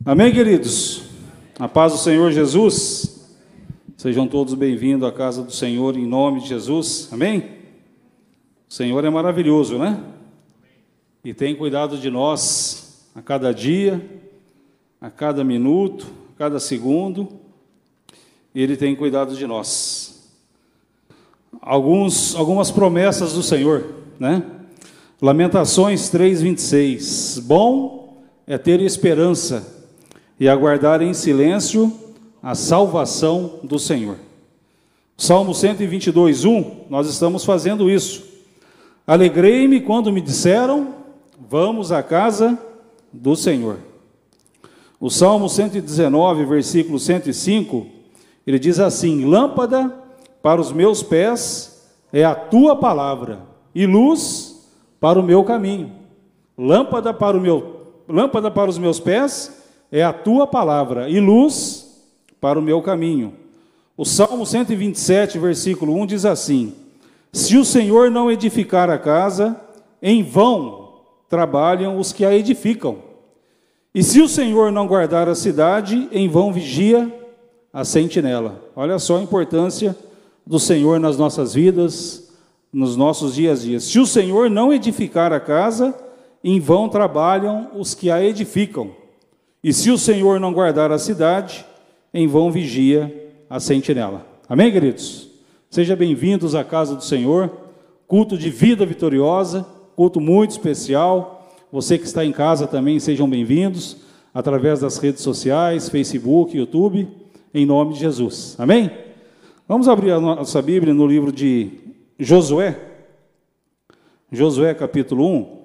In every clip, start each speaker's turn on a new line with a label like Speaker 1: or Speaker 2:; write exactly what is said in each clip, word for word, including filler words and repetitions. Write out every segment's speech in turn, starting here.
Speaker 1: Amém, queridos? A paz do Senhor Jesus. Sejam todos bem-vindos à casa do Senhor, em nome de Jesus. Amém? O Senhor é maravilhoso, né? E tem cuidado de nós a cada dia, a cada minuto, a cada segundo. Ele tem cuidado de nós. Alguns, algumas promessas do Senhor, né? Lamentações três, vinte e seis. Bom é ter esperança e aguardar em silêncio a salvação do Senhor. Salmo cento e vinte e dois, um, nós estamos fazendo isso. Alegrei-me quando me disseram, vamos à casa do Senhor. O Salmo cento e dezenove, versículo cento e cinco, ele diz assim: lâmpada para os meus pés é a tua palavra, e luz para o meu caminho. Lâmpada para, o meu, lâmpada para os meus pés é a tua palavra, e luz para o meu caminho. O Salmo cento e vinte e sete, versículo um, diz assim: se o Senhor não edificar a casa, em vão trabalham os que a edificam. E se o Senhor não guardar a cidade, em vão vigia a sentinela. Olha só a importância do Senhor nas nossas vidas, nos nossos dias a dias. Se o Senhor não edificar a casa, em vão trabalham os que a edificam. E se o Senhor não guardar a cidade, em vão vigia a sentinela. Amém, queridos? Sejam bem-vindos à casa do Senhor, culto de vida vitoriosa, culto muito especial. Você que está em casa também, sejam bem-vindos, através das redes sociais, Facebook, YouTube, em nome de Jesus. Amém? Vamos abrir a nossa Bíblia no livro de Josué, Josué capítulo um,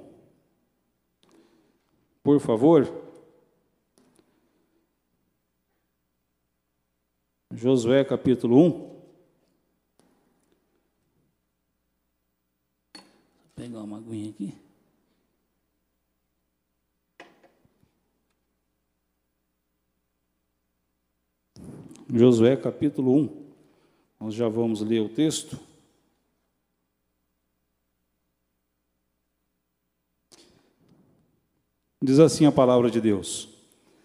Speaker 1: por favor. Josué capítulo um. Vou pegar uma aguinha aqui. Josué capítulo um. Nós já vamos ler o texto. Diz assim a palavra de Deus: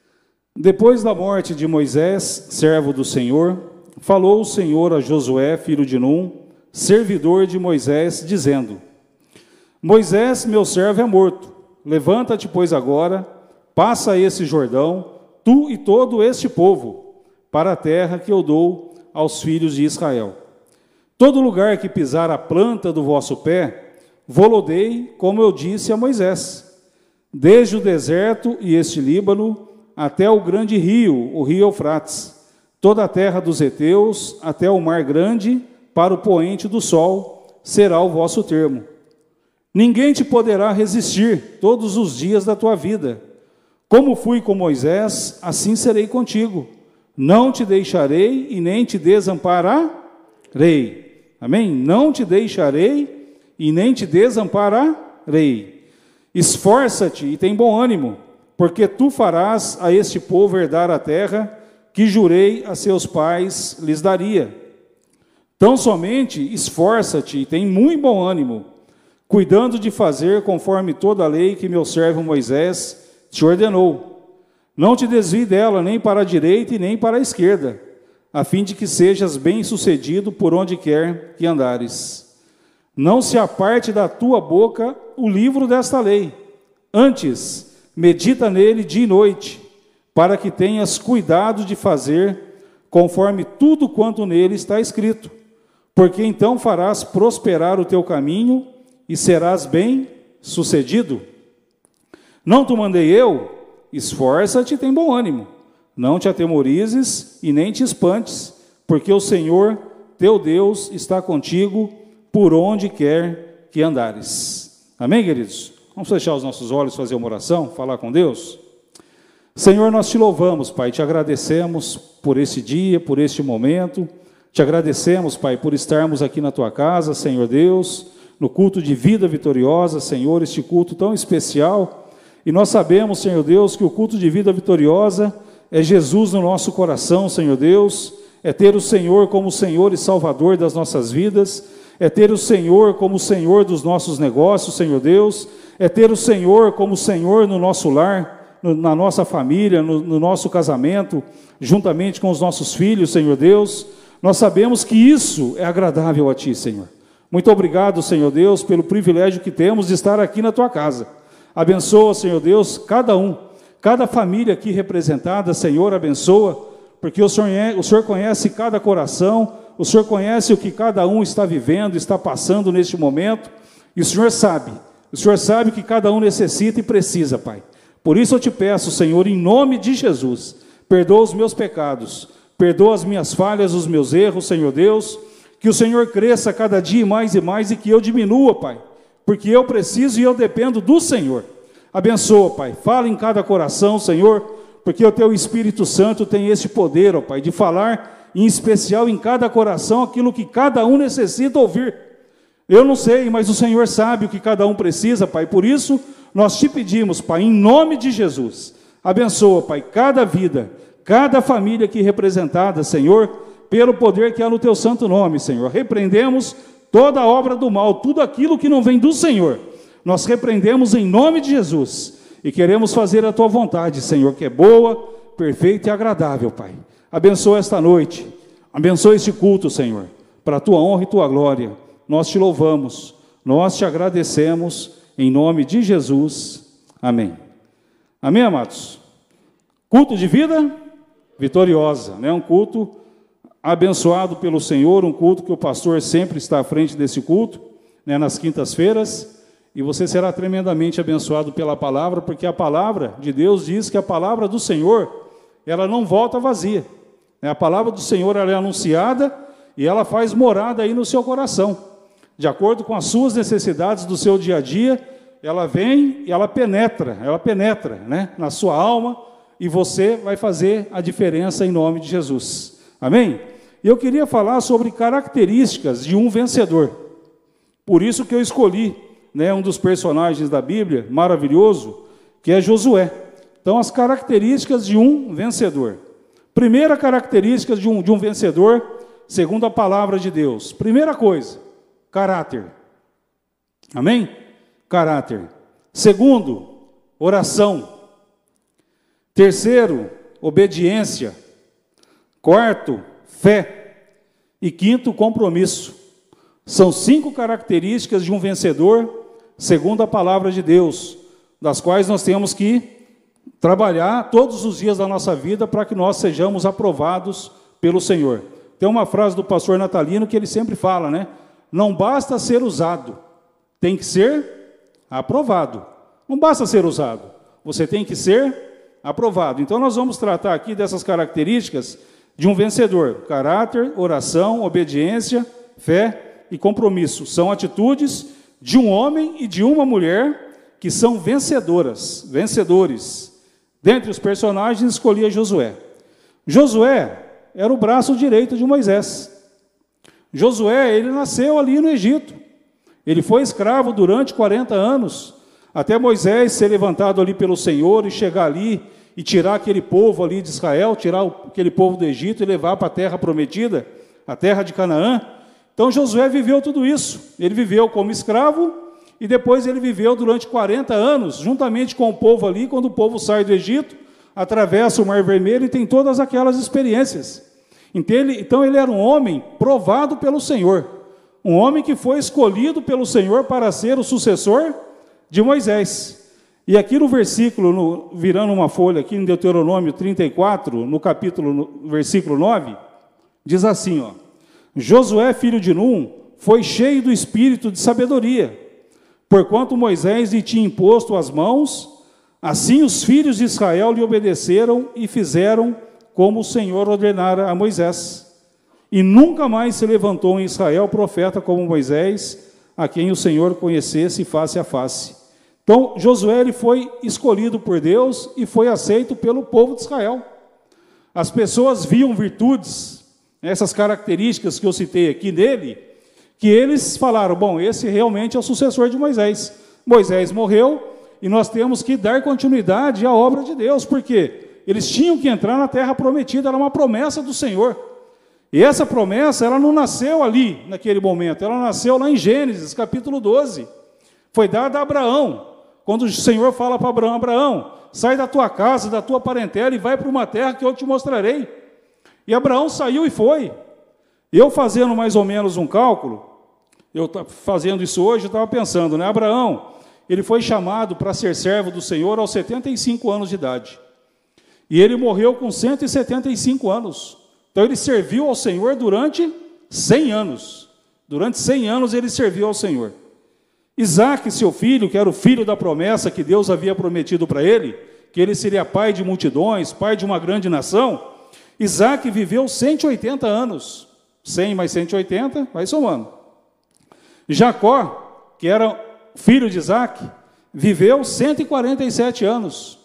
Speaker 1: depois da morte de Moisés, servo do Senhor, falou o Senhor a Josué, filho de Num, servidor de Moisés, dizendo: Moisés, meu servo, é morto. Levanta-te, pois, agora, passa esse Jordão, tu e todo este povo, para a terra que eu dou aos filhos de Israel. Todo lugar que pisar a planta do vosso pé, vô-lo dei, como eu disse a Moisés, desde o deserto e este Líbano, até o grande rio, o rio Eufrates, toda a terra dos heteus, até o mar grande, para o poente do sol, será o vosso termo. Ninguém te poderá resistir todos os dias da tua vida. Como fui com Moisés, assim serei contigo. Não te deixarei e nem te desampararei. Amém? Não te deixarei e nem te desampararei. Esforça-te e tem bom ânimo, porque tu farás a este povo herdar a terra que jurei a seus pais lhes daria. Tão somente esforça-te e tem muito bom ânimo, cuidando de fazer conforme toda a lei que meu servo Moisés te ordenou. Não te desvie dela nem para a direita e nem para a esquerda, a fim de que sejas bem-sucedido por onde quer que andares. Não se aparte da tua boca o livro desta lei, antes medita nele dia e noite, para que tenhas cuidado de fazer conforme tudo quanto nele está escrito, porque então farás prosperar o teu caminho e serás bem-sucedido. Não te mandei eu? Esforça-te e tem bom ânimo. Não te atemorizes e nem te espantes, porque o Senhor, teu Deus, está contigo por onde quer que andares. Amém, queridos? Vamos fechar os nossos olhos, fazer uma oração, falar com Deus? Senhor, nós te louvamos, Pai, te agradecemos por esse dia, por este momento. Te agradecemos, Pai, por estarmos aqui na tua casa, Senhor Deus, no culto de vida vitoriosa, Senhor, este culto tão especial. E nós sabemos, Senhor Deus, que o culto de vida vitoriosa é Jesus no nosso coração, Senhor Deus, é ter o Senhor como Senhor e Salvador das nossas vidas, é ter o Senhor como Senhor dos nossos negócios, Senhor Deus, é ter o Senhor como Senhor no nosso lar. no, na nossa família, no, no nosso casamento, juntamente com os nossos filhos, Senhor Deus. Nós sabemos que isso é agradável a Ti, Senhor. Muito obrigado, Senhor Deus, pelo privilégio que temos de estar aqui na Tua casa. Abençoa, Senhor Deus, cada um, cada família aqui representada, Senhor, abençoa, porque o Senhor, é, o Senhor conhece cada coração, o Senhor conhece o que cada um está vivendo, está passando neste momento, e o Senhor sabe, o Senhor sabe o que cada um necessita e precisa, Pai. Por isso eu te peço, Senhor, em nome de Jesus, perdoa os meus pecados, perdoa as minhas falhas, os meus erros, Senhor Deus, que o Senhor cresça cada dia mais e mais e que eu diminua, Pai, porque eu preciso e eu dependo do Senhor. Abençoa, Pai, fala em cada coração, Senhor, porque o Teu Espírito Santo tem esse poder, ó Pai, de falar em especial em cada coração aquilo que cada um necessita ouvir. Eu não sei, mas o Senhor sabe o que cada um precisa, Pai, por isso nós te pedimos, Pai, em nome de Jesus, abençoa, Pai, cada vida, cada família aqui representada, Senhor, pelo poder que há no Teu santo nome, Senhor. Repreendemos toda a obra do mal, tudo aquilo que não vem do Senhor, nós repreendemos em nome de Jesus, e queremos fazer a Tua vontade, Senhor, que é boa, perfeita e agradável, Pai. Abençoa esta noite, abençoa este culto, Senhor, para a Tua honra e Tua glória. Nós Te louvamos, nós Te agradecemos, em nome de Jesus, amém. Amém, amados? Culto de vida vitoriosa, né? Um culto abençoado pelo Senhor, um culto que o pastor sempre está à frente desse culto, né, nas quintas-feiras, e você será tremendamente abençoado pela palavra, porque a palavra de Deus diz que a palavra do Senhor, ela não volta vazia, né? A palavra do Senhor, ela é anunciada e ela faz morada aí no seu coração, de acordo com as suas necessidades do seu dia a dia, ela vem e ela penetra, ela penetra, né, na sua alma, e você vai fazer a diferença em nome de Jesus, amém? E eu queria falar sobre características de um vencedor, por isso que eu escolhi, né, um dos personagens da Bíblia, maravilhoso, que é Josué. Então, as características de um vencedor. Primeira característica de um, de um vencedor, segundo a palavra de Deus. Primeira coisa, caráter. Amém? Caráter. Segundo, oração. Terceiro, obediência. Quarto, fé. E quinto, compromisso. São cinco características de um vencedor, segundo a palavra de Deus, das quais nós temos que trabalhar todos os dias da nossa vida para que nós sejamos aprovados pelo Senhor. Tem uma frase do pastor Natalino que ele sempre fala, né? Não basta ser usado, tem que ser aprovado. Não basta ser usado, você tem que ser aprovado. Então nós vamos tratar aqui dessas características de um vencedor: caráter, oração, obediência, fé e compromisso. São atitudes de um homem e de uma mulher que são vencedoras, vencedores. Dentre os personagens, escolhia Josué. Josué era o braço direito de Moisés. Josué, ele nasceu ali no Egito. Ele foi escravo durante quarenta anos, até Moisés ser levantado ali pelo Senhor e chegar ali e tirar aquele povo ali de Israel, tirar aquele povo do Egito e levar para a terra prometida, a terra de Canaã. Então Josué viveu tudo isso. Ele viveu como escravo e depois ele viveu durante quarenta anos, juntamente com o povo ali, quando o povo sai do Egito, atravessa o Mar Vermelho e tem todas aquelas experiências. Então ele, então ele era um homem provado pelo Senhor, um homem que foi escolhido pelo Senhor para ser o sucessor de Moisés. E aqui no versículo, no, virando uma folha aqui em Deuteronômio trinta e quatro, no capítulo, no versículo nove, diz assim, ó: Josué, filho de Num, foi cheio do espírito de sabedoria, porquanto Moisés lhe tinha imposto as mãos, assim os filhos de Israel lhe obedeceram e fizeram como o Senhor ordenara a Moisés. E nunca mais se levantou em Israel profeta como Moisés, a quem o Senhor conhecesse face a face. Então, Josué ele foi escolhido por Deus e foi aceito pelo povo de Israel. As pessoas viam virtudes, essas características que eu citei aqui nele, que eles falaram, bom, esse realmente é o sucessor de Moisés. Moisés morreu e nós temos que dar continuidade à obra de Deus, porque eles tinham que entrar na terra prometida, era uma promessa do Senhor. E essa promessa, ela não nasceu ali, naquele momento, ela nasceu lá em Gênesis, capítulo doze. Foi dada a Abraão, quando o Senhor fala para Abraão: Abraão, sai da tua casa, da tua parentela e vai para uma terra que eu te mostrarei. E Abraão saiu e foi. Eu fazendo mais ou menos um cálculo, eu fazendo isso hoje, eu estava pensando, né? Abraão, ele foi chamado para ser servo do Senhor aos setenta e cinco anos de idade. E ele morreu com cento e setenta e cinco anos. Então ele serviu ao Senhor durante cem anos. Durante cem anos ele serviu ao Senhor. Isaque, seu filho, que era o filho da promessa que Deus havia prometido para ele, que ele seria pai de multidões, pai de uma grande nação, Isaque viveu cento e oitenta anos. cem mais cento e oitenta, vai somando. Jacó, que era filho de Isaque, viveu cento e quarenta e sete anos.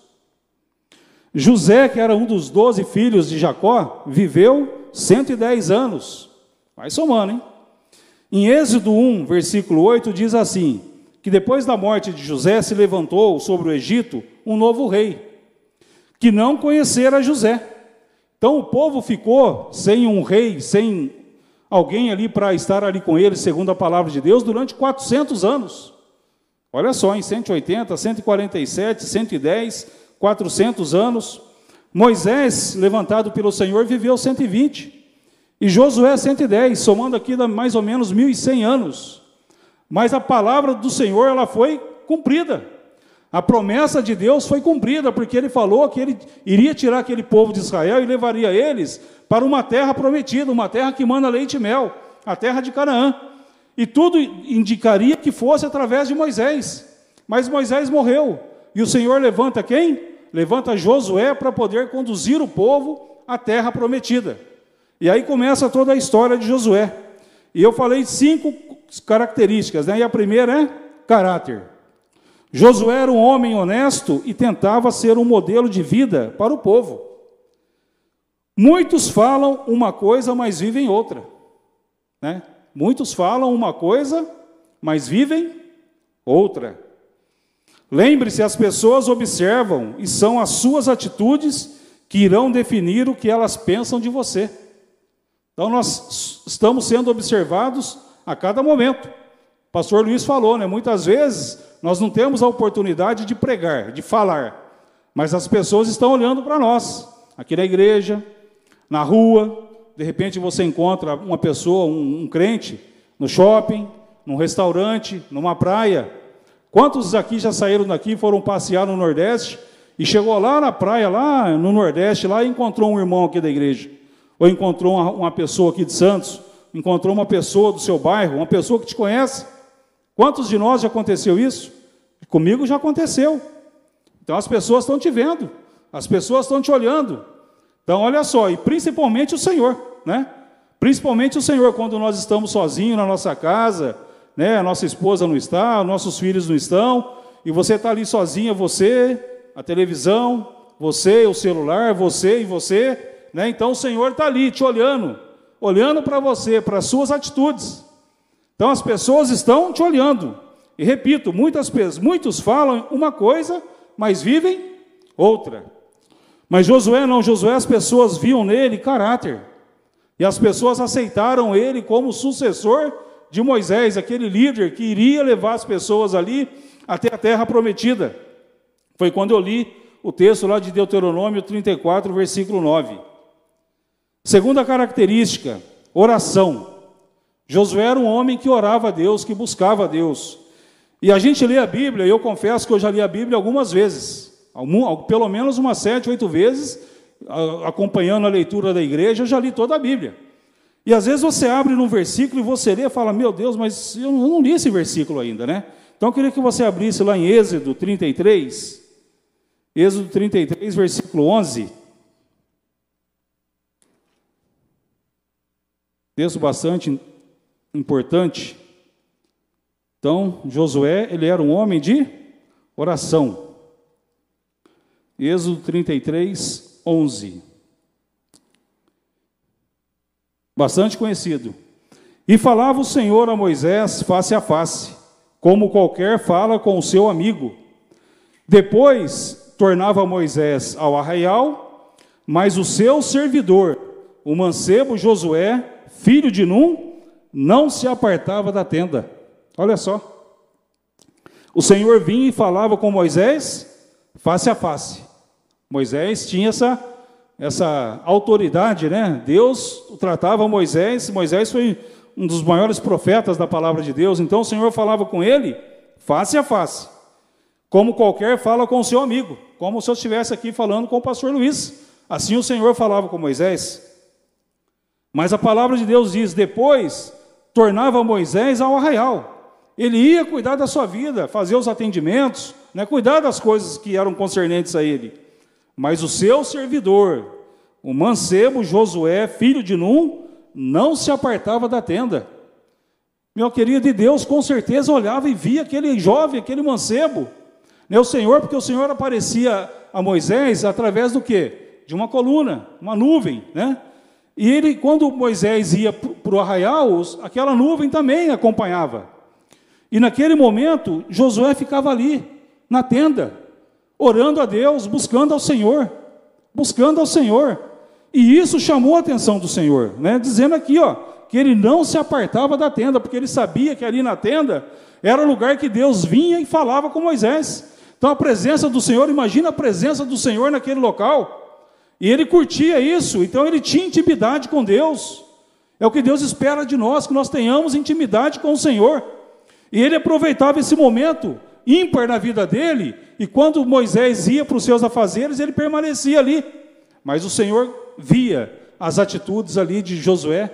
Speaker 1: José, que era um dos doze filhos de Jacó, viveu cento e dez anos. Vai somando, hein? Em Êxodo um, versículo oito, diz assim, que depois da morte de José se levantou sobre o Egito um novo rei, que não conhecera José. Então o povo ficou sem um rei, sem alguém ali para estar ali com ele, segundo a palavra de Deus, durante quatrocentos anos. Olha só, em cento e oitenta, cento e quarenta e sete, cento e dez, quatrocentos anos. Moisés, levantado pelo Senhor, viveu cento e vinte. E Josué cento e dez, somando aqui mais ou menos mil e cem anos. Mas a palavra do Senhor, ela foi cumprida. A promessa de Deus foi cumprida, porque ele falou que ele iria tirar aquele povo de Israel e levaria eles para uma terra prometida, uma terra que manda leite e mel, a terra de Canaã. E tudo indicaria que fosse através de Moisés. Mas Moisés morreu. E o Senhor levanta quem? Levanta Josué para poder conduzir o povo à terra prometida. E aí começa toda a história de Josué. E eu falei cinco características, né? E a primeira é caráter. Josué era um homem honesto e tentava ser um modelo de vida para o povo. Muitos falam uma coisa, mas vivem outra, né? Muitos falam uma coisa, mas vivem outra. Lembre-se, as pessoas observam e são as suas atitudes que irão definir o que elas pensam de você. Então nós estamos sendo observados a cada momento. O pastor Luiz falou, né? Muitas vezes nós não temos a oportunidade de pregar, de falar, mas as pessoas estão olhando para nós, aqui na igreja, na rua. De repente você encontra uma pessoa, um, um crente, no shopping, num restaurante, numa praia. Quantos aqui já saíram daqui, foram passear no Nordeste e chegou lá na praia, lá no Nordeste, lá e encontrou um irmão aqui da igreja, ou encontrou uma, uma pessoa aqui de Santos, encontrou uma pessoa do seu bairro, uma pessoa que te conhece? Quantos de nós já aconteceu isso? Comigo já aconteceu. Então as pessoas estão te vendo, as pessoas estão te olhando. Então olha só, e principalmente o Senhor, né? Principalmente o Senhor, quando nós estamos sozinhos na nossa casa, né? A nossa esposa não está, nossos filhos não estão, e você está ali sozinha, você, a televisão, você, o celular, você e você, né? Então o Senhor está ali te olhando, olhando para você, para as suas atitudes. Então as pessoas estão te olhando. E repito, muitas pessoas, muitos falam uma coisa, mas vivem outra. Mas Josué não, Josué, as pessoas viam nele caráter. E as pessoas aceitaram ele como sucessor de Moisés, aquele líder que iria levar as pessoas ali até a terra prometida. Foi quando eu li o texto lá de Deuteronômio trinta e quatro, versículo nove. Segunda característica, oração. Josué era um homem que orava a Deus, que buscava a Deus. E a gente lê a Bíblia, e eu confesso que eu já li a Bíblia algumas vezes, pelo menos umas sete, oito vezes, acompanhando a leitura da igreja, eu já li toda a Bíblia. E às vezes você abre num versículo e você lê e fala, meu Deus, mas eu não li esse versículo ainda, né? Então eu queria que você abrisse lá em Êxodo trinta e três, Êxodo trinta e três, versículo onze. Texto bastante importante. Então, Josué, ele era um homem de oração. Êxodo trinta e três, onze. Bastante conhecido. E falava o Senhor a Moisés face a face, como qualquer fala com o seu amigo. Depois tornava Moisés ao arraial, mas o seu servidor, o mancebo Josué, filho de Num, não se apartava da tenda. Olha só. O Senhor vinha e falava com Moisés face a face. Moisés tinha essa, essa autoridade, né? Deus tratava Moisés, Moisés foi um dos maiores profetas da palavra de Deus, então o Senhor falava com ele face a face, como qualquer fala com o seu amigo, como se eu estivesse aqui falando com o pastor Luiz. Assim o Senhor falava com Moisés. Mas a palavra de Deus diz, depois tornava Moisés ao arraial. Ele ia cuidar da sua vida, fazer os atendimentos, né, cuidar das coisas que eram concernentes a ele. Mas o seu servidor, o mancebo Josué, filho de Num, não se apartava da tenda. Meu querido, de Deus com certeza olhava e via aquele jovem, aquele mancebo, né, o Senhor, porque o Senhor aparecia a Moisés através do quê? De uma coluna, uma nuvem, né? E ele, quando Moisés ia para o arraial, aquela nuvem também acompanhava. E naquele momento, Josué ficava ali, na tenda, orando a Deus, buscando ao Senhor, buscando ao Senhor. E isso chamou a atenção do Senhor, né? Dizendo aqui, ó, que ele não se apartava da tenda, porque ele sabia que ali na tenda era o lugar que Deus vinha e falava com Moisés. Então a presença do Senhor, imagina a presença do Senhor naquele local. E ele curtia isso, então ele tinha intimidade com Deus. É o que Deus espera de nós, que nós tenhamos intimidade com o Senhor. E ele aproveitava esse momento ímpar na vida dele, e quando Moisés ia para os seus afazeres, ele permanecia ali. Mas o Senhor via as atitudes ali de Josué.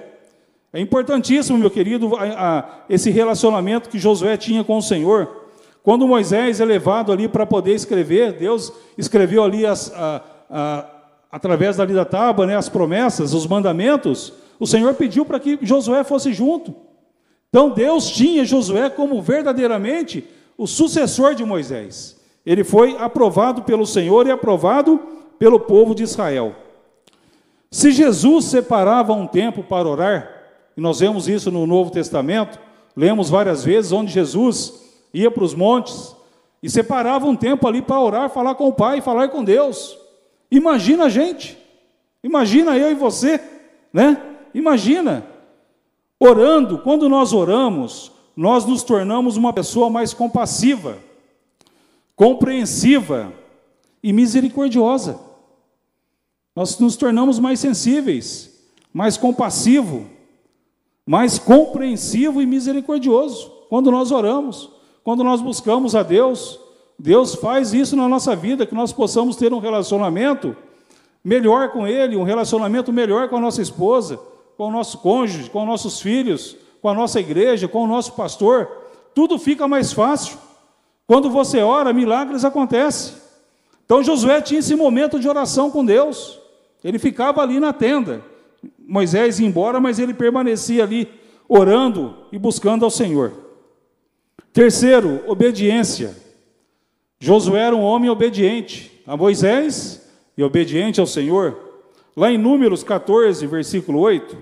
Speaker 1: É importantíssimo, meu querido, a, a, esse relacionamento que Josué tinha com o Senhor. Quando Moisés é levado ali para poder escrever, Deus escreveu ali as... A, a, através ali da tábua, né, as promessas, os mandamentos, o Senhor pediu para que Josué fosse junto. Então Deus tinha Josué como verdadeiramente o sucessor de Moisés. Ele foi aprovado pelo Senhor e aprovado pelo povo de Israel. Se Jesus separava um tempo para orar, e nós vemos isso no Novo Testamento, lemos várias vezes, onde Jesus ia para os montes e separava um tempo ali para orar, falar com o Pai, falar com Deus. Imagina a gente, imagina eu e você, né? Imagina, orando, quando nós oramos, nós nos tornamos uma pessoa mais compassiva, compreensiva e misericordiosa. Nós nos tornamos mais sensíveis, mais compassivo, mais compreensivo e misericordioso, quando nós oramos, quando nós buscamos a Deus. Deus faz isso na nossa vida, que nós possamos ter um relacionamento melhor com Ele, um relacionamento melhor com a nossa esposa, com o nosso cônjuge, com os nossos filhos, com a nossa igreja, com o nosso pastor. Tudo fica mais fácil. Quando você ora, milagres acontecem. Então Josué tinha esse momento de oração com Deus. Ele ficava ali na tenda. Moisés ia embora, mas ele permanecia ali, orando e buscando ao Senhor. Terceiro, obediência. Josué era um homem obediente a Moisés e obediente ao Senhor. Lá em Números catorze, versículo oito,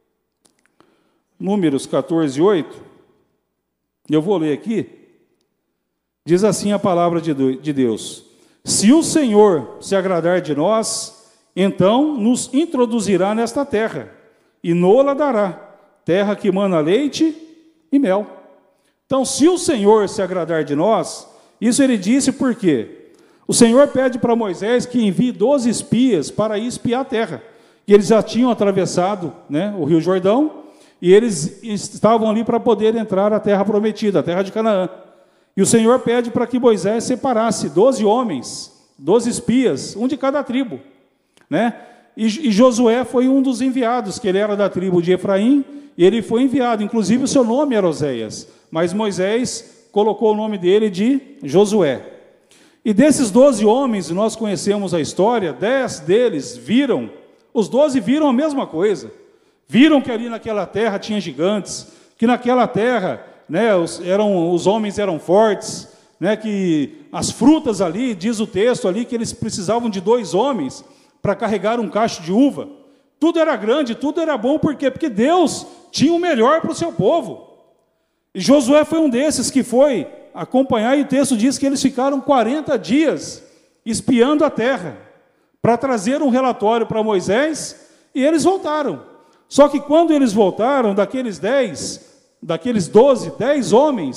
Speaker 1: Números catorze, oito, eu vou ler aqui, diz assim a palavra de Deus: se o Senhor se agradar de nós, então nos introduzirá nesta terra, e nola dará, terra que mana leite e mel. Então, se o Senhor se agradar de nós, isso ele disse porque o Senhor pede para Moisés que envie doze espias para ir espiar a terra. E eles já tinham atravessado, né, o Rio Jordão, e eles estavam ali para poder entrar na terra prometida, a terra de Canaã. E o Senhor pede para que Moisés separasse doze homens, doze espias, um de cada tribo, né? E, e Josué foi um dos enviados, que ele era da tribo de Efraim, e ele foi enviado, inclusive o seu nome era Oséias, mas Moisés colocou o nome dele de Josué. E desses doze homens, nós conhecemos a história, dez deles viram, os doze viram a mesma coisa. Viram que ali naquela terra tinha gigantes, que naquela terra, né, os, eram, os homens eram fortes, né, que as frutas ali, diz o texto ali, que eles precisavam de dois homens para carregar um cacho de uva. Tudo era grande, tudo era bom, por quê? Porque Deus tinha o melhor para o seu povo. E Josué foi um desses que foi acompanhar, e o texto diz que eles ficaram quarenta dias espiando a terra, para trazer um relatório para Moisés, e eles voltaram. Só que quando eles voltaram, daqueles dez, daqueles doze, dez homens,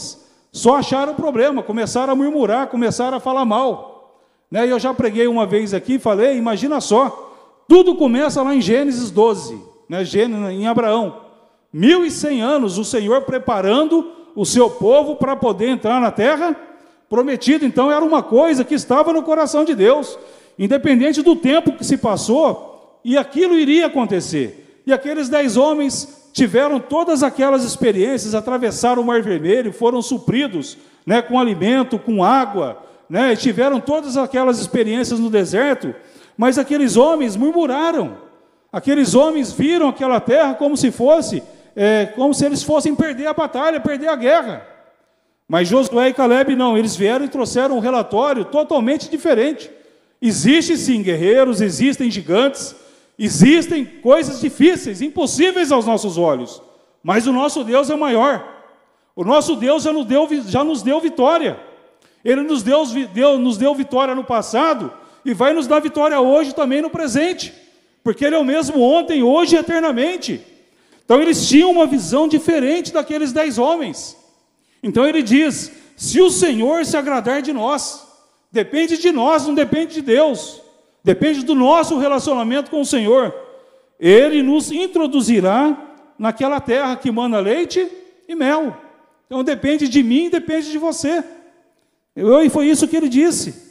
Speaker 1: só acharam o problema, começaram a murmurar, começaram a falar mal. Né? E eu já preguei uma vez aqui e falei, imagina só, tudo começa lá em Gênesis doze, né? Em Abraão. Mil e cem anos o Senhor preparando o seu povo para poder entrar na terra prometida. Então era uma coisa que estava no coração de Deus, independente do tempo que se passou, e aquilo iria acontecer. E aqueles dez homens tiveram todas aquelas experiências, atravessaram o Mar Vermelho, foram supridos, né, com alimento, com água, né, tiveram todas aquelas experiências no deserto, mas aqueles homens murmuraram, aqueles homens viram aquela terra como se fosse, é, como se eles fossem perder a batalha, perder a guerra. Mas Josué e Caleb não, eles vieram e trouxeram um relatório totalmente diferente. Existem sim guerreiros, existem gigantes, existem coisas difíceis, impossíveis aos nossos olhos, mas o nosso Deus é maior. O nosso Deus já nos deu, já nos deu vitória. Ele nos deu, deu, nos deu vitória no passado e vai nos dar vitória hoje também no presente, porque Ele é o mesmo ontem, hoje e eternamente. Então eles tinham uma visão diferente daqueles dez homens. Então ele diz, se o Senhor se agradar de nós, depende de nós, não depende de Deus, depende do nosso relacionamento com o Senhor, Ele nos introduzirá naquela terra que mana leite e mel. Então depende de mim, depende de você. E foi isso que ele disse.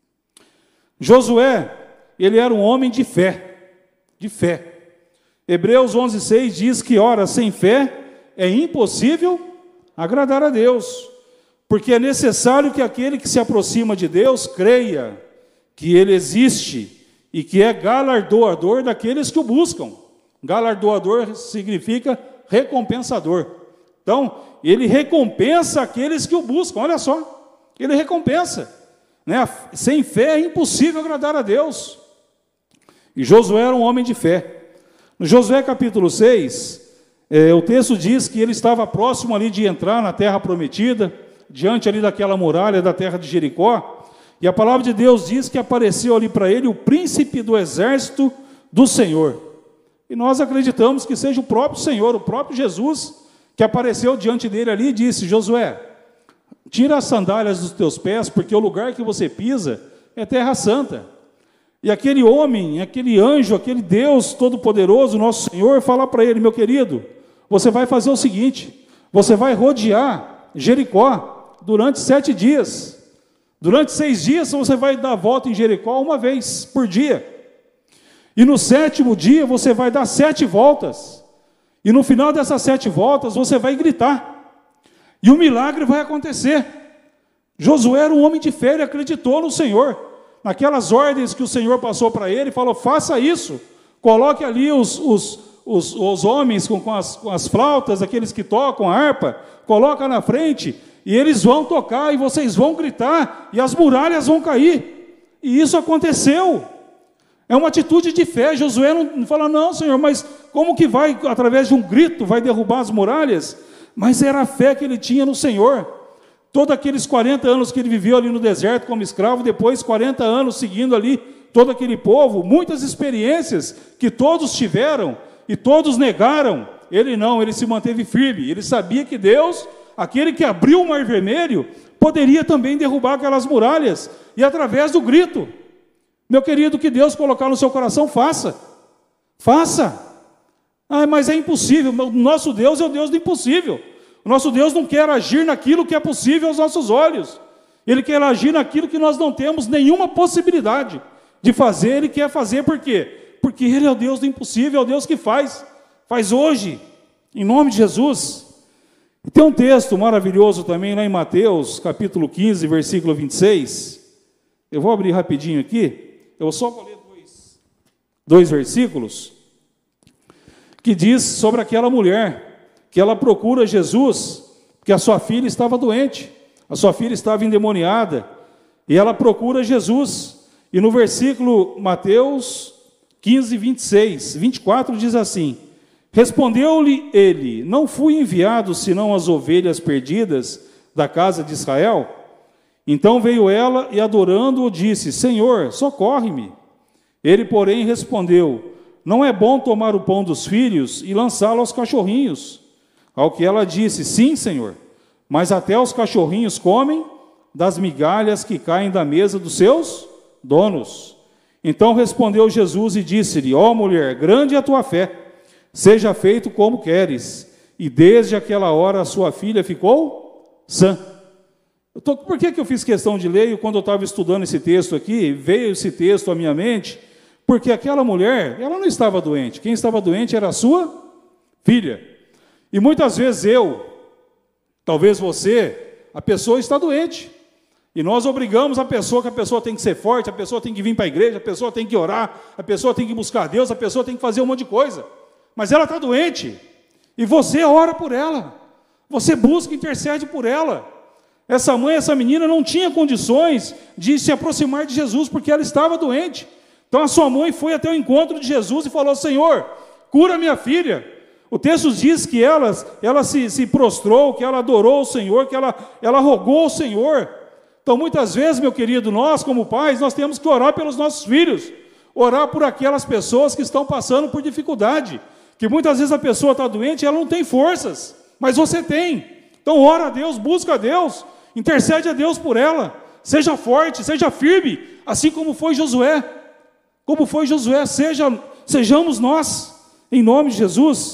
Speaker 1: Josué, ele era um homem de fé, de fé. Hebreus onze, seis diz que, ora, sem fé é impossível agradar a Deus, porque é necessário que aquele que se aproxima de Deus creia que Ele existe e que é galardoador daqueles que o buscam. Galardoador significa recompensador. Então, Ele recompensa aqueles que o buscam, olha só, Ele recompensa. Né? Sem fé é impossível agradar a Deus. E Josué era um homem de fé. No Josué capítulo seis, É, o texto diz que ele estava próximo ali de entrar na terra prometida, diante ali daquela muralha da terra de Jericó, e a palavra de Deus diz que apareceu ali para ele o príncipe do exército do Senhor. E nós acreditamos que seja o próprio Senhor, o próprio Jesus, que apareceu diante dele ali e disse, Josué, tira as sandálias dos teus pés, porque o lugar que você pisa é terra santa. E aquele homem, aquele anjo, aquele Deus todo-poderoso, nosso Senhor, fala para ele, meu querido, você vai fazer o seguinte, você vai rodear Jericó durante sete dias. Durante seis dias você vai dar a volta em Jericó uma vez por dia. E no sétimo dia você vai dar sete voltas. E no final dessas sete voltas você vai gritar. E o milagre vai acontecer. Josué era um homem de fé, ele acreditou no Senhor. Naquelas ordens que o Senhor passou para ele, falou, faça isso. Coloque ali os... os Os, os homens com, com, as, com as flautas, aqueles que tocam a harpa, coloca na frente, e eles vão tocar, e vocês vão gritar, e as muralhas vão cair. E isso aconteceu. É uma atitude de fé. Josué não fala, não, Senhor, mas como que vai, através de um grito, vai derrubar as muralhas? Mas era a fé que ele tinha no Senhor. Todos aqueles quarenta anos que ele viveu ali no deserto como escravo, depois quarenta anos seguindo ali todo aquele povo, muitas experiências que todos tiveram, e todos negaram, ele não, ele se manteve firme, ele sabia que Deus, aquele que abriu o Mar Vermelho, poderia também derrubar aquelas muralhas, e através do grito, meu querido, que Deus colocar no seu coração, faça, faça, ah, mas é impossível, o nosso Deus é o Deus do impossível, o nosso Deus não quer agir naquilo que é possível aos nossos olhos, Ele quer agir naquilo que nós não temos nenhuma possibilidade de fazer, Ele quer fazer por quê? Porque Ele é o Deus do impossível, é o Deus que faz, faz hoje, em nome de Jesus. E tem um texto maravilhoso também lá em Mateus, capítulo quinze, versículo vinte e seis. Eu vou abrir rapidinho aqui, eu só vou ler dois, dois versículos, que diz sobre aquela mulher, que ela procura Jesus, porque a sua filha estava doente, a sua filha estava endemoniada, e ela procura Jesus. E no versículo Mateus quinze, vinte e seis, vinte e quatro diz assim, respondeu-lhe ele, não fui enviado senão as ovelhas perdidas da casa de Israel? Então veio ela e adorando-o disse, Senhor, socorre-me. Ele, porém, respondeu, não é bom tomar o pão dos filhos e lançá-lo aos cachorrinhos. Ao que ela disse, sim, Senhor, mas até os cachorrinhos comem das migalhas que caem da mesa dos seus donos. Então respondeu Jesus e disse-lhe: ó mulher, grande é a tua fé, seja feito como queres. E desde aquela hora a sua filha ficou sã. Eu tô, por que, que eu fiz questão de ler? E quando eu estava estudando esse texto aqui, veio esse texto à minha mente, porque aquela mulher, ela não estava doente. Quem estava doente era a sua filha. E muitas vezes eu, talvez você, a pessoa está doente. E nós obrigamos a pessoa que a pessoa tem que ser forte, a pessoa tem que vir para a igreja, a pessoa tem que orar, a pessoa tem que buscar Deus, a pessoa tem que fazer um monte de coisa. Mas ela está doente. E você ora por ela. Você busca, intercede por ela. Essa mãe, essa menina não tinha condições de se aproximar de Jesus, porque ela estava doente. Então a sua mãe foi até o encontro de Jesus e falou: Senhor, cura minha filha. O texto diz que ela, ela se, se prostrou, que ela adorou o Senhor, que ela, ela rogou ao Senhor. Então muitas vezes, meu querido, nós como pais, nós temos que orar pelos nossos filhos, orar por aquelas pessoas que estão passando por dificuldade, que muitas vezes a pessoa está doente e ela não tem forças, mas você tem. Então ora a Deus, busca a Deus, intercede a Deus por ela, seja forte, seja firme, assim como foi Josué, como foi Josué, seja, sejamos nós, em nome de Jesus.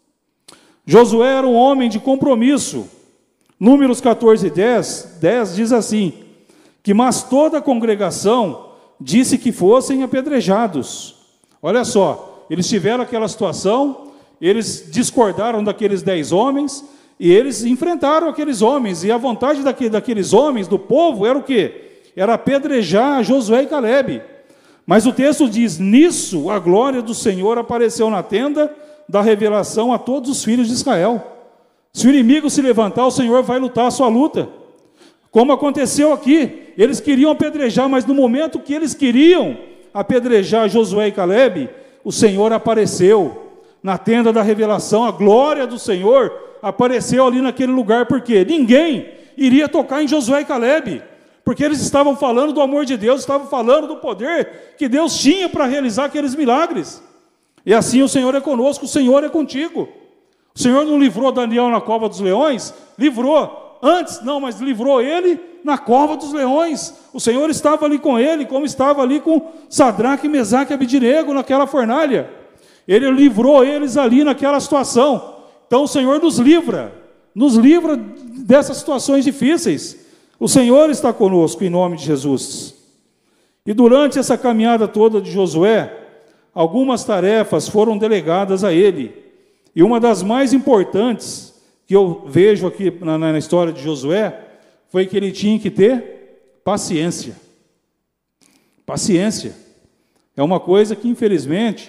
Speaker 1: Josué era um homem de compromisso. Números catorze, dez, dez diz assim, que mas toda a congregação disse que fossem apedrejados. Olha só, eles tiveram aquela situação, eles discordaram daqueles dez homens, e eles enfrentaram aqueles homens, e a vontade daqueles homens, do povo, era o quê? Era apedrejar Josué e Calebe. Mas o texto diz, nisso a glória do Senhor apareceu na tenda da revelação a todos os filhos de Israel. Se o inimigo se levantar, o Senhor vai lutar a sua luta. Como aconteceu aqui, eles queriam apedrejar, mas no momento que eles queriam apedrejar Josué e Calebe, o Senhor apareceu na tenda da revelação, a glória do Senhor apareceu ali naquele lugar, porque ninguém iria tocar em Josué e Calebe, porque eles estavam falando do amor de Deus, estavam falando do poder que Deus tinha para realizar aqueles milagres. E assim o Senhor é conosco, o Senhor é contigo. O Senhor não livrou Daniel na cova dos leões? Livrou. Antes, não, mas livrou ele na cova dos leões. O Senhor estava ali com ele, como estava ali com Sadraque, Mesaque e Abidnego naquela fornalha. Ele livrou eles ali naquela situação. Então o Senhor nos livra, nos livra dessas situações difíceis. O Senhor está conosco em nome de Jesus. E durante essa caminhada toda de Josué, algumas tarefas foram delegadas a ele. E uma das mais importantes que eu vejo aqui na, na história de Josué foi que ele tinha que ter paciência. Paciência é uma coisa que, infelizmente,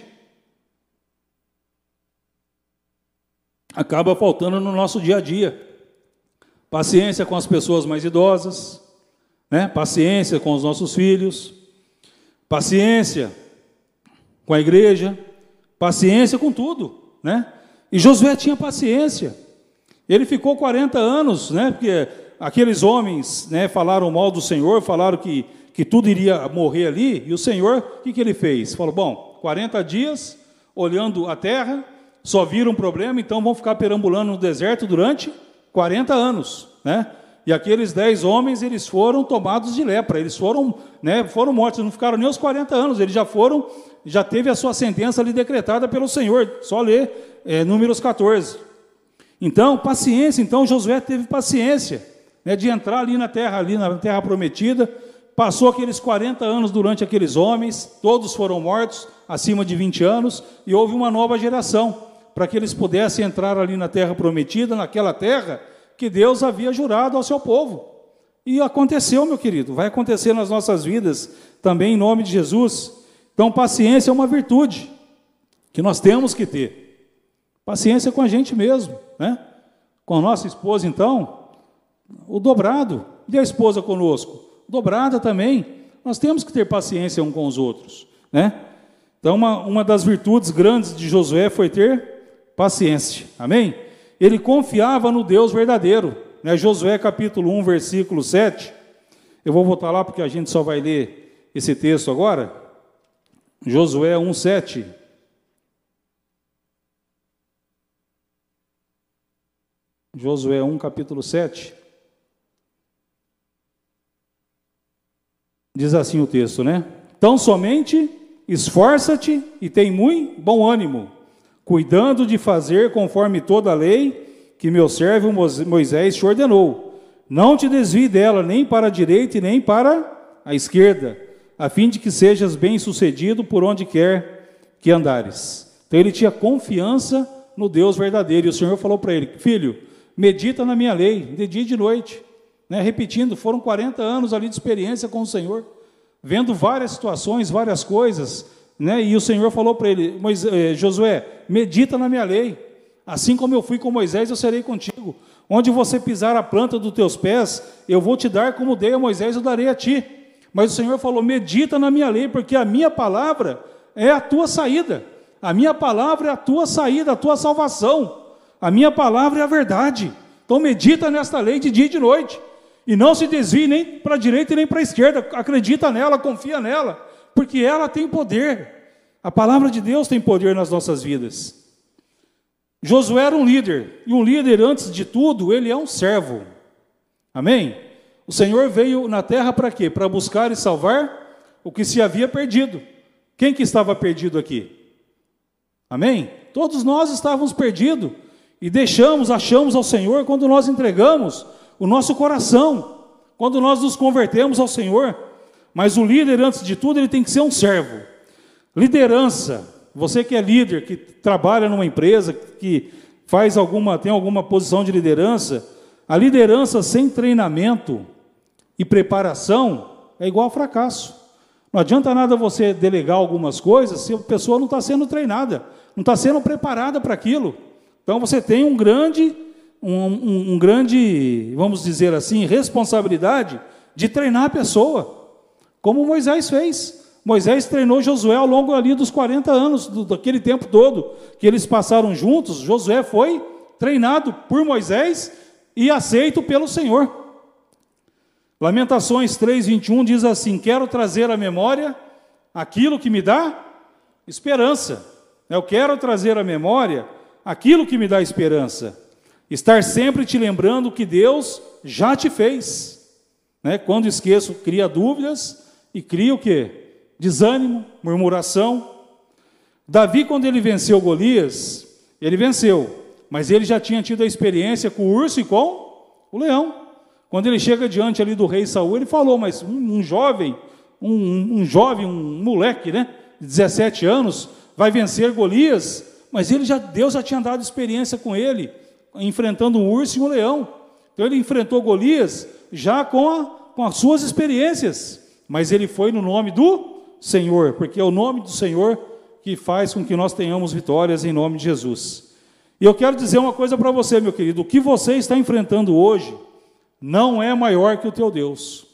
Speaker 1: acaba faltando no nosso dia a dia. Paciência com as pessoas mais idosas, né? Paciência com os nossos filhos, paciência com a igreja, paciência com tudo, né? E Josué tinha paciência. Ele ficou quarenta anos, né? Porque aqueles homens, né, falaram mal do Senhor, falaram que, que tudo iria morrer ali, e o Senhor, o que, que ele fez? Falou, bom, quarenta dias, olhando a terra, só viram um problema, então vão ficar perambulando no deserto durante quarenta anos, né? E aqueles dez homens, eles foram tomados de lepra, eles foram, né, foram mortos, não ficaram nem os quarenta anos, eles já foram, já teve a sua sentença ali decretada pelo Senhor, só ler é, Números catorze. Então, paciência, então Josué teve paciência, né, de entrar ali na terra, ali na terra prometida, passou aqueles quarenta anos durante aqueles homens, todos foram mortos, acima de vinte anos, e houve uma nova geração, para que eles pudessem entrar ali na terra prometida, naquela terra que Deus havia jurado ao seu povo. E aconteceu, meu querido, vai acontecer nas nossas vidas também, em nome de Jesus. Então, paciência é uma virtude que nós temos que ter. Paciência com a gente mesmo, né? Com a nossa esposa, então, o dobrado. E a esposa conosco? Dobrada também. Nós temos que ter paciência uns com os outros, né? Então, uma, uma das virtudes grandes de Josué foi ter paciência, amém? Ele confiava no Deus verdadeiro, né? Josué capítulo um, versículo sete, eu vou voltar lá porque a gente só vai ler esse texto agora, Josué um, sete, Josué um, capítulo sete. Diz assim o texto, né? Tão somente esforça-te e tem muito bom ânimo, cuidando de fazer conforme toda a lei que meu servo Moisés te ordenou. Não te desvie dela, nem para a direita e nem para a esquerda, a fim de que sejas bem-sucedido por onde quer que andares. Então ele tinha confiança no Deus verdadeiro, e o Senhor falou para ele: filho, medita na minha lei, de dia e de noite. Né? Repetindo, foram quarenta anos ali de experiência com o Senhor, vendo várias situações, várias coisas, né? E o Senhor falou para ele: Moisés, Josué, medita na minha lei, assim como eu fui com Moisés, eu serei contigo. Onde você pisar a planta dos teus pés, eu vou te dar como dei a Moisés, eu darei a ti. Mas o Senhor falou: medita na minha lei, porque a minha palavra é a tua saída, a minha palavra é a tua saída, a tua salvação, a minha palavra é a verdade. Então medita nesta lei de dia e de noite, e não se desvie nem para a direita e nem para a esquerda. Acredita nela, confia nela, porque ela tem poder. A palavra de Deus tem poder nas nossas vidas. Josué era um líder, e um líder, antes de tudo, ele é um servo. Amém? O Senhor veio na terra para quê? Para buscar e salvar o que se havia perdido. Quem que estava perdido aqui? Amém? Todos nós estávamos perdidos, e deixamos, achamos ao Senhor quando nós entregamos o nosso coração, quando nós nos convertemos ao Senhor. Mas o líder, antes de tudo, ele tem que ser um servo. Liderança. Você que é líder, que trabalha numa empresa, que faz alguma, tem alguma posição de liderança, a liderança sem treinamento e preparação é igual a fracasso. Não adianta nada você delegar algumas coisas se a pessoa não está sendo treinada, não está sendo preparada para aquilo. Então você tem um grande, um, um, um grande, vamos dizer assim, responsabilidade de treinar a pessoa, como Moisés fez. Moisés treinou Josué ao longo ali dos quarenta anos, do, daquele tempo todo que eles passaram juntos. Josué foi treinado por Moisés e aceito pelo Senhor. Lamentações três, vinte e um diz assim: quero trazer à memória aquilo que me dá esperança. Eu quero trazer à memória aquilo que me dá esperança. Estar sempre te lembrando que Deus já te fez. Né? Quando esqueço, cria dúvidas e cria o quê? Desânimo, murmuração. Davi, quando ele venceu Golias, ele venceu, mas ele já tinha tido a experiência com o urso e com o leão. Quando ele chega diante ali do rei Saul, ele falou: mas um, um jovem, um, um jovem, um moleque, né, de dezessete anos, vai vencer Golias, mas ele já, Deus já tinha dado experiência com ele, enfrentando um urso e um leão. Então ele enfrentou Golias já com, a, com as suas experiências, mas ele foi no nome do Senhor, porque é o nome do Senhor que faz com que nós tenhamos vitórias em nome de Jesus. E eu quero dizer uma coisa para você, meu querido: o que você está enfrentando hoje não é maior que o teu Deus.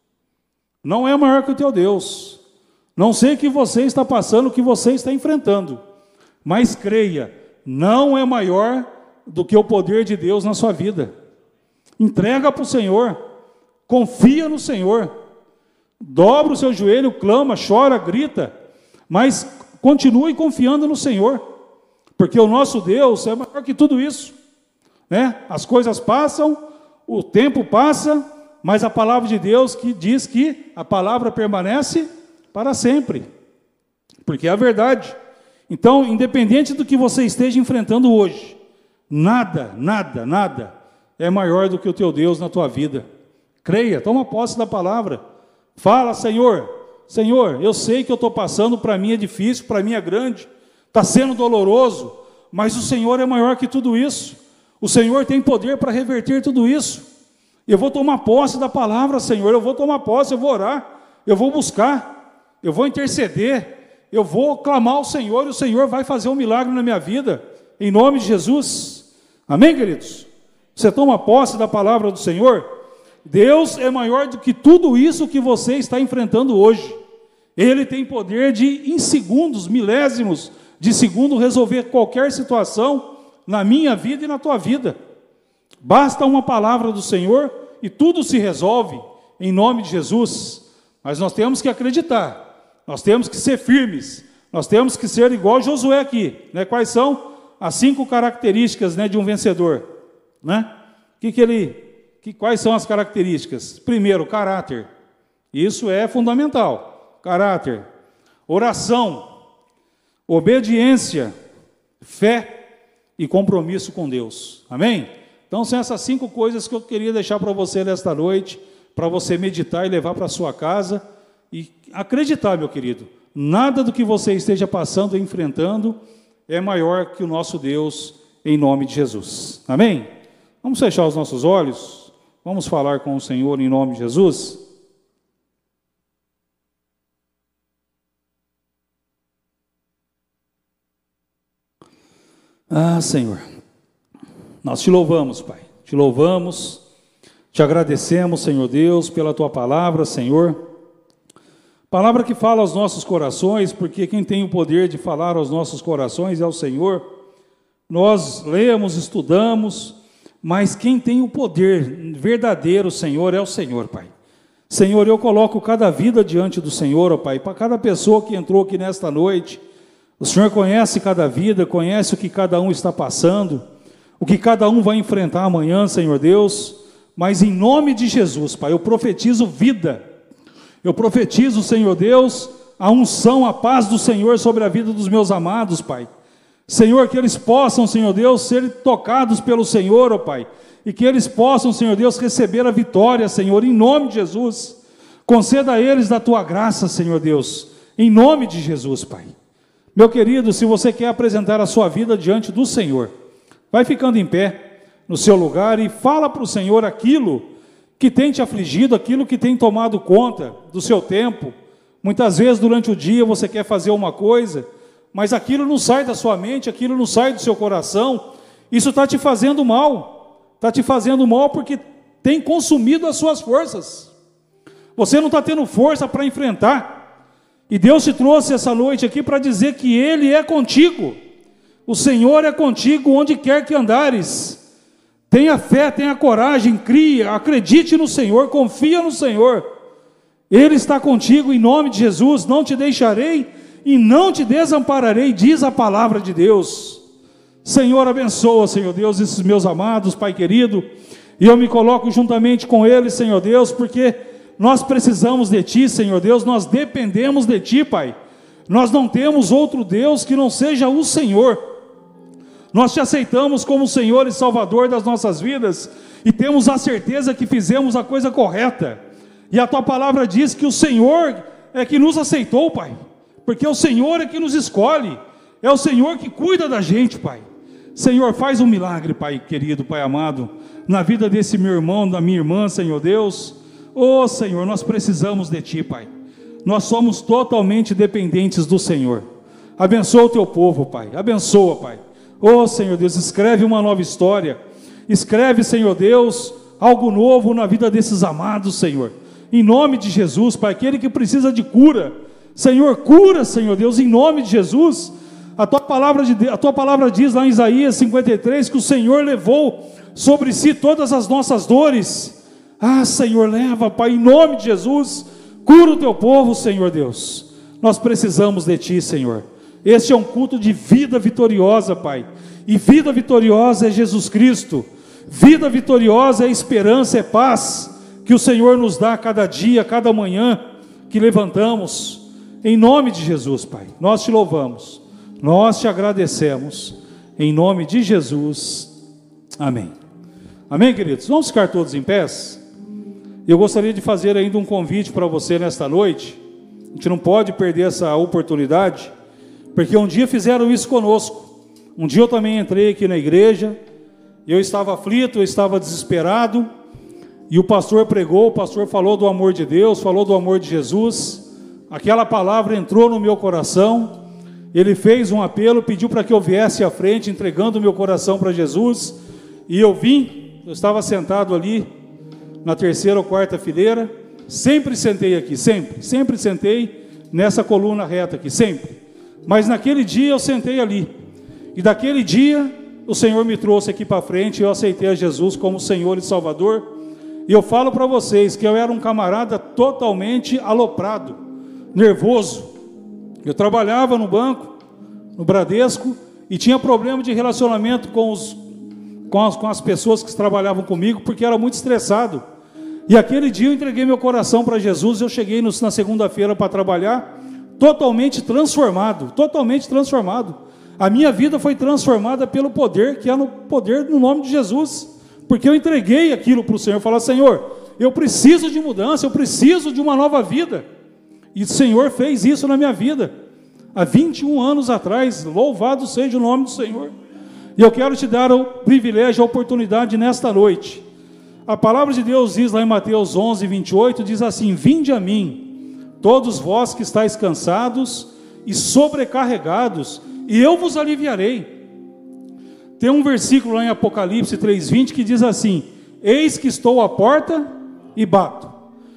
Speaker 1: Não é maior que o teu Deus. Não sei o que você está passando, o que você está enfrentando, mas creia, não é maior do que o poder de Deus na sua vida. Entrega para o Senhor, confia no Senhor. Dobra o seu joelho, clama, chora, grita, mas continue confiando no Senhor, porque o nosso Deus é maior que tudo isso, né? As coisas passam, o tempo passa, mas a palavra de Deus que diz que a palavra permanece para sempre, porque é a verdade. Então, independente do que você esteja enfrentando hoje, nada, nada, nada é maior do que o teu Deus na tua vida. Creia, toma posse da palavra. Fala: Senhor, Senhor, eu sei que eu estou passando, para mim é difícil, para mim é grande, está sendo doloroso, mas o Senhor é maior que tudo isso. O Senhor tem poder para reverter tudo isso. Eu vou tomar posse da palavra, Senhor, eu vou tomar posse, eu vou orar, eu vou buscar, eu vou interceder, eu vou clamar ao Senhor, e o Senhor vai fazer um milagre na minha vida, em nome de Jesus. Amém, queridos? Você toma posse da palavra do Senhor? Deus é maior do que tudo isso que você está enfrentando hoje. Ele tem poder de, em segundos, milésimos de segundo, resolver qualquer situação na minha vida e na tua vida. Basta uma palavra do Senhor e tudo se resolve em nome de Jesus. Mas nós temos que acreditar, nós temos que ser firmes, nós temos que ser igual Josué aqui, né? Quais são as cinco características, né, de um vencedor, né? que que ele, que, quais são as características? Primeiro, caráter. Isso é fundamental. Caráter, oração, obediência, fé e compromisso com Deus. Amém? Então são essas cinco coisas que eu queria deixar para você nesta noite, para você meditar e levar para a sua casa e acreditar, meu querido, nada do que você esteja passando e enfrentando é maior que o nosso Deus, em nome de Jesus. Amém? Vamos fechar os nossos olhos, vamos falar com o Senhor em nome de Jesus. Ah, Senhor, nós te louvamos, Pai, te louvamos, te agradecemos, Senhor Deus, pela Tua palavra, Senhor, palavra que fala aos nossos corações, porque quem tem o poder de falar aos nossos corações é o Senhor. Nós lemos, estudamos, mas quem tem o poder verdadeiro, Senhor, é o Senhor, Pai. Senhor, eu coloco cada vida diante do Senhor, ó Pai, para cada pessoa que entrou aqui nesta noite. O Senhor conhece cada vida, conhece o que cada um está passando, o que cada um vai enfrentar amanhã, Senhor Deus, mas em nome de Jesus, Pai, eu profetizo vida, eu profetizo, Senhor Deus, a unção, a paz do Senhor sobre a vida dos meus amados, Pai. Senhor, que eles possam, Senhor Deus, ser tocados pelo Senhor, ó Pai, e que eles possam, Senhor Deus, receber a vitória, Senhor, em nome de Jesus. Conceda a eles da Tua graça, Senhor Deus, em nome de Jesus, Pai. Meu querido, se você quer apresentar a sua vida diante do Senhor, vai ficando em pé no seu lugar e fala para o Senhor aquilo que tem te afligido, aquilo que tem tomado conta do seu tempo. Muitas vezes durante o dia você quer fazer uma coisa, mas aquilo não sai da sua mente, aquilo não sai do seu coração. Isso está te fazendo mal, está te fazendo mal porque tem consumido as suas forças. Você não está tendo força para enfrentar. E Deus te trouxe essa noite aqui para dizer que Ele é contigo. O Senhor é contigo onde quer que andares. Tenha fé, tenha coragem, crie, acredite no Senhor, confia no Senhor. Ele está contigo em nome de Jesus. Não te deixarei e não te desampararei, diz a palavra de Deus. Senhor, abençoa, Senhor Deus, esses meus amados, Pai querido. E eu me coloco juntamente com eles, Senhor Deus, porque nós precisamos de Ti, Senhor Deus, nós dependemos de Ti, Pai. Nós não temos outro Deus que não seja o Senhor. Nós Te aceitamos como Senhor e Salvador das nossas vidas e temos a certeza que fizemos a coisa correta. E a Tua palavra diz que o Senhor é que nos aceitou, Pai, porque o Senhor é que nos escolhe, é o Senhor que cuida da gente, Pai. Senhor, faz um milagre, Pai querido, Pai amado, na vida desse meu irmão, da minha irmã, Senhor Deus. Oh, Senhor, nós precisamos de Ti, Pai. Nós somos totalmente dependentes do Senhor. Abençoa o Teu povo, Pai. Abençoa, Pai. Oh, Senhor Deus, escreve uma nova história. Escreve, Senhor Deus, algo novo na vida desses amados, Senhor. Em nome de Jesus, Pai, aquele que precisa de cura. Senhor, cura, Senhor Deus, em nome de Jesus. A Tua palavra, de, a Tua palavra diz lá em Isaías cinquenta e três que o Senhor levou sobre si todas as nossas dores. Ah, Senhor, leva, Pai, em nome de Jesus, cura o Teu povo, Senhor Deus. Nós precisamos de Ti, Senhor. Este é um culto de vida vitoriosa, Pai. E vida vitoriosa é Jesus Cristo. Vida vitoriosa é esperança, é paz, que o Senhor nos dá cada dia, cada manhã que levantamos. Em nome de Jesus, Pai, nós Te louvamos, nós Te agradecemos. Em nome de Jesus, amém. Amém, queridos? Vamos ficar todos em pés? Eu gostaria de fazer ainda um convite para você nesta noite. A gente não pode perder essa oportunidade, porque um dia fizeram isso conosco. Um dia eu também entrei aqui na igreja, eu estava aflito, eu estava desesperado, e o pastor pregou, o pastor falou do amor de Deus, falou do amor de Jesus. Aquela palavra entrou no meu coração, ele fez um apelo, pediu para que eu viesse à frente, entregando o meu coração para Jesus, e eu vim. Eu estava sentado ali na terceira ou quarta fileira, sempre sentei aqui, sempre, sempre sentei nessa coluna reta aqui, sempre. Mas naquele dia eu sentei ali, e daquele dia o Senhor me trouxe aqui para frente, e eu aceitei a Jesus como Senhor e Salvador. E eu falo para vocês que eu era um camarada totalmente aloprado, nervoso. Eu trabalhava no banco, no Bradesco, e tinha problema de relacionamento com os com as, com as pessoas que trabalhavam comigo, porque era muito estressado. E aquele dia eu entreguei meu coração para Jesus. Eu cheguei no, na segunda-feira para trabalhar, totalmente transformado, totalmente transformado. A minha vida foi transformada pelo poder, que é no poder no nome de Jesus, porque eu entreguei aquilo para o Senhor. Falar: Senhor, eu preciso de mudança, eu preciso de uma nova vida. E o Senhor fez isso na minha vida, há vinte e um anos atrás. Louvado seja o nome do Senhor. E eu quero te dar o privilégio, a oportunidade nesta noite. A palavra de Deus diz lá em Mateus onze, vinte e oito, diz assim: vinde a mim, todos vós que estáis cansados e sobrecarregados, e eu vos aliviarei. Tem um versículo lá em Apocalipse três, vinte, que diz assim: eis que estou à porta e bato.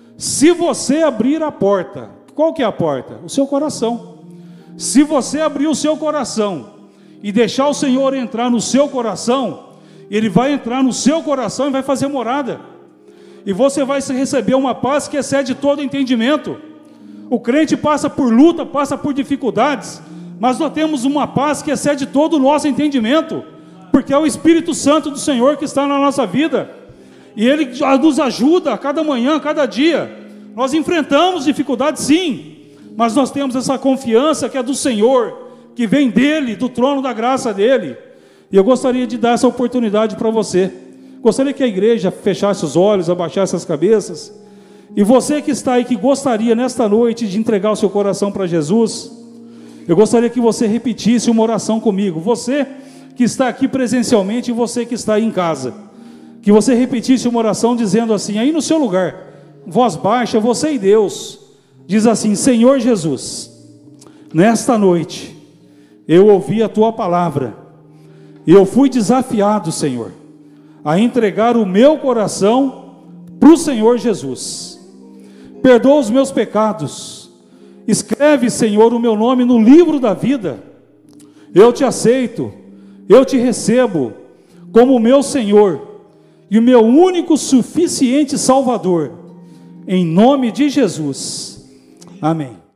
Speaker 1: Se você abrir a porta, qual que é a porta? O seu coração. Se você abrir o seu coração e deixar o Senhor entrar no seu coração, Ele vai entrar no seu coração e vai fazer morada. E você vai receber uma paz que excede todo entendimento. O crente passa por luta, passa por dificuldades, mas nós temos uma paz que excede todo o nosso entendimento, porque é o Espírito Santo do Senhor que está na nossa vida. E Ele nos ajuda a cada manhã, a cada dia. Nós enfrentamos dificuldades, sim, mas nós temos essa confiança que é do Senhor, que vem dEle, do trono da graça dEle. E eu gostaria de dar essa oportunidade para você. Gostaria que a igreja fechasse os olhos, abaixasse as cabeças. E você que está aí, que gostaria nesta noite de entregar o seu coração para Jesus, eu gostaria que você repetisse uma oração comigo. Você que está aqui presencialmente e você que está aí em casa, que você repetisse uma oração dizendo assim, aí no seu lugar, voz baixa, você e Deus, diz assim: Senhor Jesus, nesta noite eu ouvi a Tua palavra, e eu fui desafiado, Senhor, a entregar o meu coração para o Senhor Jesus. Perdoa os meus pecados, escreve, Senhor, o meu nome no livro da vida. Eu te aceito, eu te recebo como o meu Senhor e o meu único suficiente Salvador, em nome de Jesus, amém.